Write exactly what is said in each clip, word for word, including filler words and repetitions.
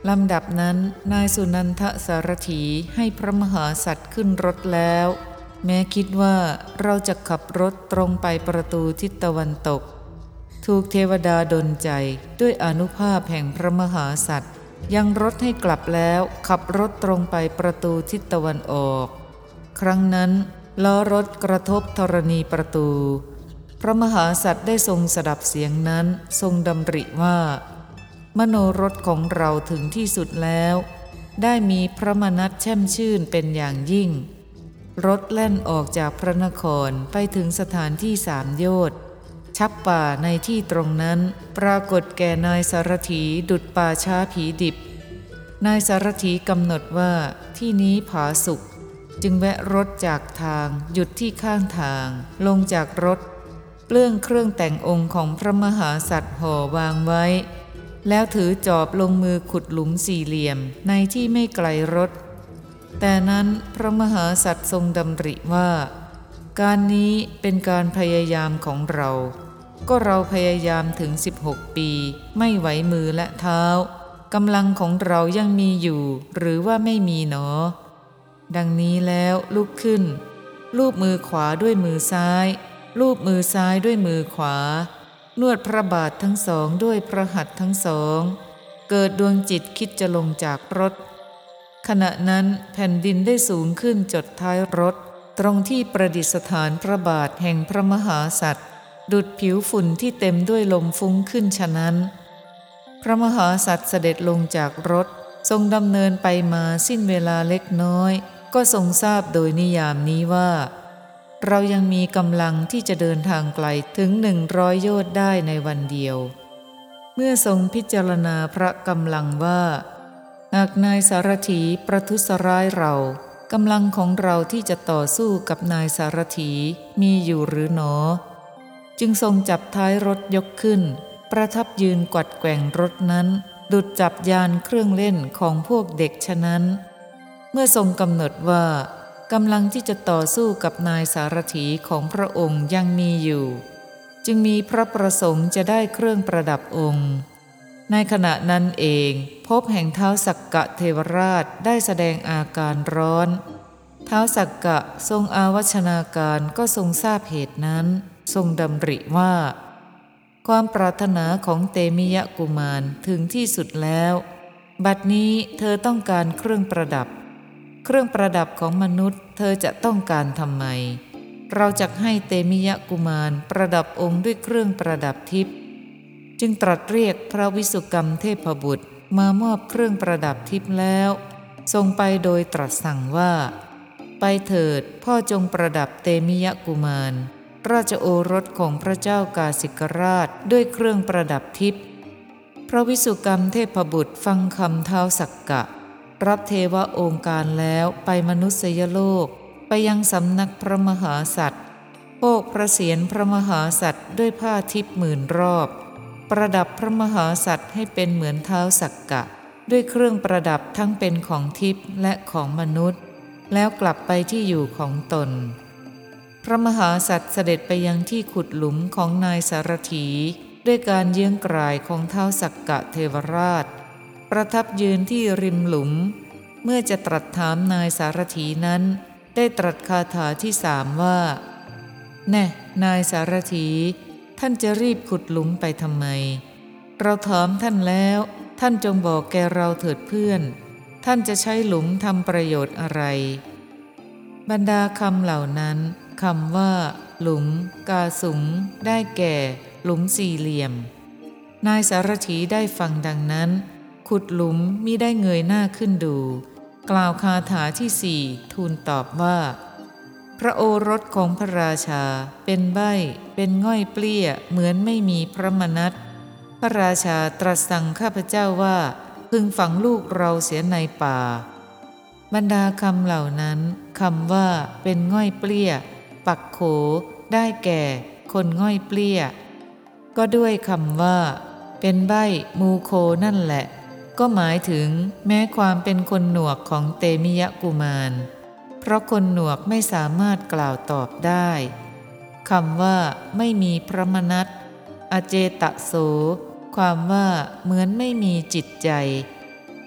ลำดับนั้นนายสุนันทสารถีให้พระมหาสัตว์ขึ้นรถแล้วแม้คิดว่าเราจะขับรถตรงไปประตูทิศตะวันตกถูกเทวดาดลใจด้วยอานุภาพแห่งพระมหาสัตว์ยังรถให้กลับแล้วขับรถตรงไปประตูทิศตะวันออกครั้งนั้นล้อรถกระทบธรณีประตูพระมหาสัตว์ได้ทรงสดับเสียงนั้นทรงดำริว่ามโนรสของเราถึงที่สุดแล้วได้มีพระมนัสแช่มชื่นเป็นอย่างยิ่งรถแล่นออกจากพระนครไปถึงสถานที่สามโยชน์ชับป่าในที่ตรงนั้นปรากฏแก่นายสารถีดุจป่าช้าผีดิบนายสารถีกำหนดว่าที่นี้ผาสุกจึงแวะรถจากทางหยุดที่ข้างทางลงจากรถเปลื้องเครื่องแต่งองค์ของพระมหาสัตว์ห่อวางไว้แล้วถือจอบลงมือขุดหลุมสี่เหลี่ยมในที่ไม่ไกลรถแต่นั้นพระมหาสัตว์ทรงดำริว่าการนี้เป็นการพยายามของเราก็เราพยายามถึงสิบหกปีไม่ไหวมือและเท้ากำลังของเรายังมีอยู่หรือว่าไม่มีหนอดังนี้แล้วลุกขึ้นลูบมือขวาด้วยมือซ้ายลูบมือซ้ายด้วยมือขวานวดพระบาททั้งสองด้วยพระหัตถ์ทั้งสองเกิดดวงจิตคิดจะลงจากรถขณะนั้นแผ่นดินได้สูงขึ้นจดท้ายรถตรงที่ประดิษฐานพระบาทแห่งพระมหาสัตว์ดุจผิวฝุ่นที่เต็มด้วยลมฟุ้งขึ้นฉะนั้นพระมหาสัตว์เสด็จลงจากรถทรงดำเนินไปมาสิ้นเวลาเล็กน้อยก็ทรงทราบโดยนิยามนี้ว่าเรายังมีกำลังที่จะเดินทางไกลถึงหนึ่งร้อยโยชน์ได้ในวันเดียวเมื่อทรงพิจารณาพระกำลังว่าหากนายสารถีประทุษร้ายเรากำลังของเราที่จะต่อสู้กับนายสารถีมีอยู่หรือหนอจึงทรงจับท้ายรถยกขึ้นประทับยืนกวัดแกว่งรถนั้นดุจจับยานเครื่องเล่นของพวกเด็กฉะนั้นเมื่อทรงกำหนดว่ากำลังที่จะต่อสู้กับนายสารถีของพระองค์ยังมีอยู่จึงมีพระประสงค์จะได้เครื่องประดับองค์ในขณะนั้นเองภพแห่งท้าวสักกะเทวราชได้แสดงอาการร้อนท้าวสักกะทรงอาวัชนาการก็ทรงทราบเหตุนั้นทรงดำริว่าความปรารถนาของเตมิยะกุมารถึงที่สุดแล้วบัดนี้เธอต้องการเครื่องประดับเครื่องประดับของมนุษย์เธอจะต้องการทำไมเราจะให้เตมิยะกุมารประดับองค์ด้วยเครื่องประดับทิพย์จึงตรัสเรียกพระวิสุกรรมเทพบุตรมามอบเครื่องประดับทิพย์แล้วทรงไปโดยตรัสสั่งว่าไปเถิดพ่อจงประดับเตมิยะกุมารราชโอรสของพระเจ้ากาสิกราชด้วยเครื่องประดับทิพย์พระวิสุกรรมเทพบุตรฟังคำท้าวสักกะรับเทวองค์การแล้วไปมนุษยโลกไปยังสำนักพระมหาสัตว์โภกพระเศียรพระมหาสัตว์ด้วยผ้าทิพย์หมื่นรอบประดับพระมหาสัตว์ให้เป็นเหมือนท้าวสักกะด้วยเครื่องประดับทั้งเป็นของทิพย์และของมนุษย์แล้วกลับไปที่อยู่ของตนพระมหาสัตว์เสด็จไปยังที่ขุดหลุมของนายสารถีด้วยการเยื้องกรายของท้าวสักกะเทวราชประทับยืนที่ริมหลุมเมื่อจะตรัสถามนายสารถีนั้นได้ตรัสคาถาที่สามว่าแน่นายสารถีท่านจะรีบขุดหลุมไปทำไมเราถามท่านแล้วท่านจงบอกแกเราเถิดเพื่อนท่านจะใช้หลุมทำประโยชน์อะไรบรรดาคำเหล่านั้นคำว่าหลุมกาสุงได้แก่หลุมสี่เหลี่ยมนายสารถีได้ฟังดังนั้นขุดหลุมมิได้เงยหน้าขึ้นดูกล่าวคาถาที่สี่ทูลตอบว่าพระโอรสของพระราชาเป็นใบ้เป็นง่อยเปลี้ยเหมือนไม่มีพระมนัสพระราชาตรัสสั่งข้าพเจ้าว่าพึงฝังลูกเราเสียในป่าบรรดาคำเหล่านั้นคำว่าเป็นง่อยเปลี้ยปักโขได้แก่คนง่อยเปลี้ยก็ด้วยคำว่าเป็นใบ้มูโคนั่นแหละก็หมายถึงแม้ความเป็นคนหนวกของเตมิยะกุมารเพราะคนหนวกไม่สามารถกล่าวตอบได้คำว่าไม่มีพระมนัสอเจตโสความว่าเหมือนไม่มีจิตใจ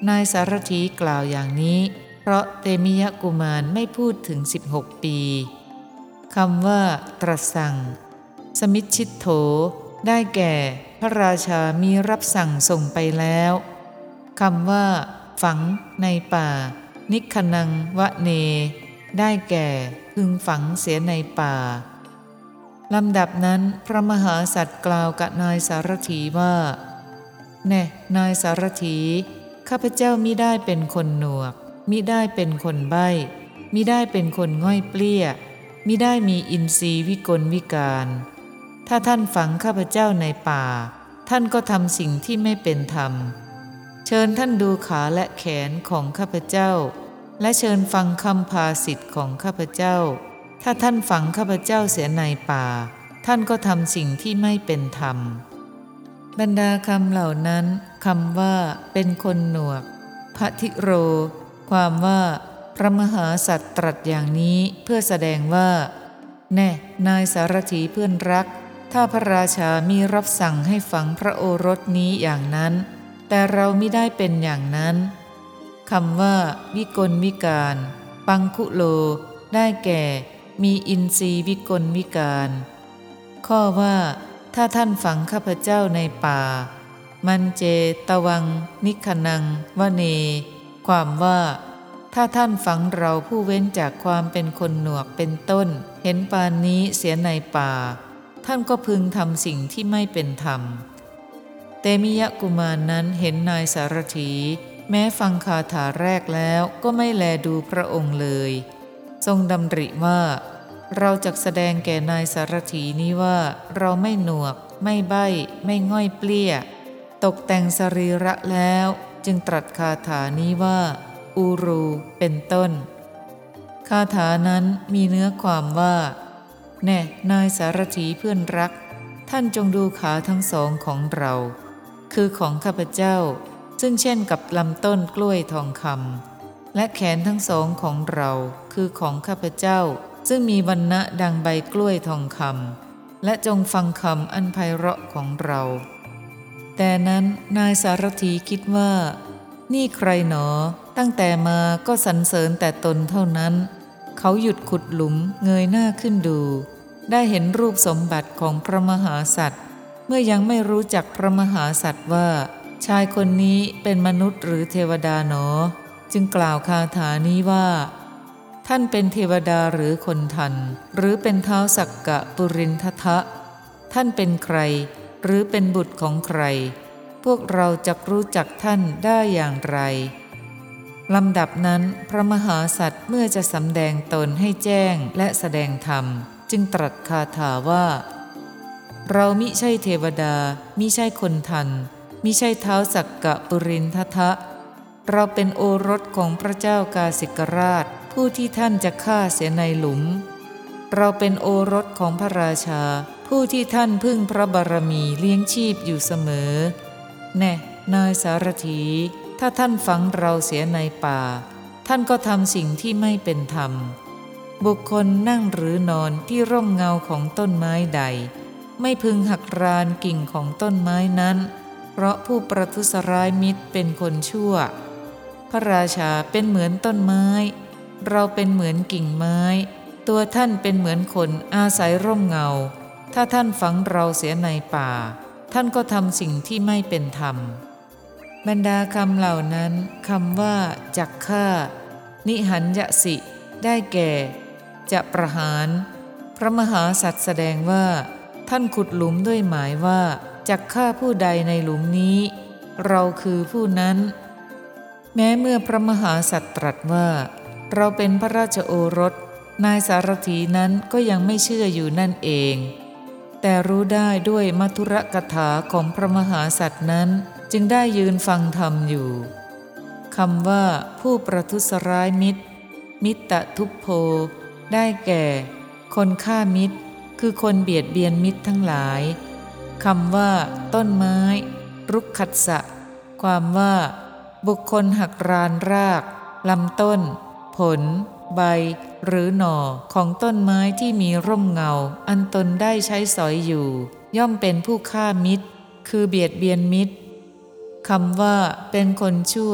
นายสารถีกล่าวอย่างนี้เพราะเตมิยกุมารไม่พูดถึงสิบหกปีคำว่าตรัสสั่งสมิชชิตโถได้แก่พระราชามีรับสั่งส่งไปแล้วคำว่าฝังในป่านิคนังวะเนได้แก่พึงฝังเสียในป่าลำดับนั้นพระมหาสัตว์กล่าวกับนายสารถีว่าแน่นายสารถีข้าพเจ้ามิได้เป็นคนหนวกมิได้เป็นคนใบ้มิได้เป็นคนง่อยเปลี้ยมิได้มีอินทรีย์วิกลวิการถ้าท่านฝังข้าพเจ้าในป่าท่านก็ทำสิ่งที่ไม่เป็นธรรมเชิญท่านดูขาและแขนของข้าพเจ้าและเชิญฟังคำภาสิทธิ์ของข้าพเจ้าถ้าท่านฝังข้าพเจ้าเสียในป่าท่านก็ทำสิ่งที่ไม่เป็นธรรมบรรดาคำเหล่านั้นคำว่าเป็นคนหนวกพะทิโรความว่าพระมหาสัตว์ตรัสอย่างนี้เพื่อแสดงว่าแน่นายสารถีเพื่อนรักถ้าพระราชามีรับสั่งให้ฝังพระโอรสนี้อย่างนั้นแต่เราไม่ได้เป็นอย่างนั้นคำว่าวิกลวิการปังคุโลได้แก่มีอินทรีย์วิกลวิการข้อว่าถ้าท่านฝังข้าพเจ้าในป่ามันเจตวังนิคนังวะเนความว่าถ้าท่านฝังเราผู้เว้นจากความเป็นคนหนวกเป็นต้นเห็นปานนี้เสียในป่าท่านก็พึงทำสิ่งที่ไม่เป็นธรรมเตมิยกุมารนั้นเห็นนายสารถีแม้ฟังคาถาแรกแล้วก็ไม่แลดูพระองค์เลยทรงดำริว่าเราจะแสดงแก่นายสารถีนี้ว่าเราไม่หนวกไม่ใบ้ไม่ง่อยเปลี้ยตกแต่งสรีระแล้วจึงตรัสคาถานี้ว่าอูรูเป็นต้นคาถานั้นมีเนื้อความว่าแน่นายสารถีเพื่อนรักท่านจงดูขาทั้งสองของเราคือของข้าพเจ้าซึ่งเช่นกับลำต้นกล้วยทองคำและแขนทั้งสองของเราคือของข้าพเจ้าซึ่งมีวรรณะดังใบกล้วยทองคำและจงฟังคำอันไพเราะของเราแต่นั้นนายสารถีคิดว่านี่ใครหนอตั้งแต่มาก็สรรเสริญแต่ตนเท่านั้นเขาหยุดขุดหลุมเงยหน้าขึ้นดูได้เห็นรูปสมบัติของพระมหาสัตว์เมื่อยังไม่รู้จักพระมหาสัตว์ว่าชายคนนี้เป็นมนุษย์หรือเทวดาหนอจึงกล่าวคาถานี้ว่าท่านเป็นเทวดาหรือคนทันหรือเป็นท้าวสักกะปุรินททะท่านเป็นใครหรือเป็นบุตรของใครพวกเราจะรู้จักท่านได้อย่างไรลำดับนั้นพระมหาสัตว์เมื่อจะสำแดงตนให้แจ้งและแสดงธรรมจึงตรัสคาถาว่าเรามิใช่เทวดามิใช่คนทันมิใช่ท้าวสักกะปุรินททะเราเป็นโอรสของพระเจ้ากาสิกราชผู้ที่ท่านจะฆ่าเสียในหลุมเราเป็นโอรสของพระราชาผู้ที่ท่านพึ่งพระบารมีเลี้ยงชีพอยู่เสมอแน่นายสารถีถ้าท่านฝังเราเสียในป่าท่านก็ทำสิ่งที่ไม่เป็นธรรมบุคคลนั่งหรือนอนที่ร่มเงาของต้นไม้ใดไม่พึงหักรานกิ่งของต้นไม้นั้นเพราะผู้ประทุษร้ายมิตรเป็นคนชั่วพระราชาเป็นเหมือนต้นไม้เราเป็นเหมือนกิ่งไม้ตัวท่านเป็นเหมือนคนอาศัยร่มเงาถ้าท่านฝังเราเสียในป่าท่านก็ทำสิ่งที่ไม่เป็นธรรมบรรดาคำเหล่านั้นคำว่าจักฆ่านิหันยสิได้แก่จะประหารพระมหาสัตว์แสดงว่าท่านขุดหลุมด้วยหมายว่าจักฆ่าผู้ใดในหลุมนี้เราคือผู้นั้นแม้เมื่อพระมหาสัตว์ตรัสว่าเราเป็นพระราชโอรสนายสารถีนั้นก็ยังไม่เชื่ออยู่นั่นเองแต่รู้ได้ด้วยมัทุรกถาของพระมหาสัตว์นั้นจึงได้ยืนฟังธรรมอยู่คำว่าผู้ประทุษร้ายมิตรมิตตทุพโพได้แก่คนฆ่ามิตรคือคนเบียดเบียนมิตรทั้งหลายคำว่าต้นไม้รุกขัสสะความว่าบุคคลหักรานรากลำต้นผลใบหรือหน่อของต้นไม้ที่มีร่มเงาอันตนได้ใช้สอยอยู่ย่อมเป็นผู้ฆ่ามิตรคือเบียดเบียนมิตรคำว่าเป็นคนชั่วป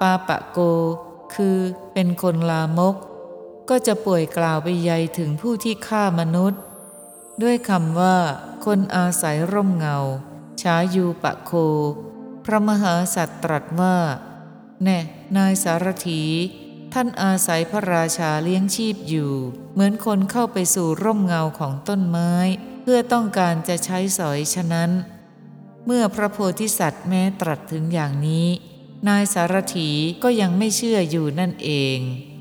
ปาปะโกคือเป็นคนลามกก็จะป่วยกล่าวไปใยถึงผู้ที่ฆ่ามนุษย์ด้วยคำว่าคนอาศัยร่มเงาชายูปะโคพระมหาสัตว์ตรัสว่าแน่นายสารถีท่านอาศัยพระราชาเลี้ยงชีพอยู่เหมือนคนเข้าไปสู่ร่มเงาของต้นไม้เพื่อต้องการจะใช้สอยฉะนั้นเมื่อพระโพธิสัตว์แม้ตรัสถึงอย่างนี้นายสารถีก็ยังไม่เชื่ออยู่นั่นเอง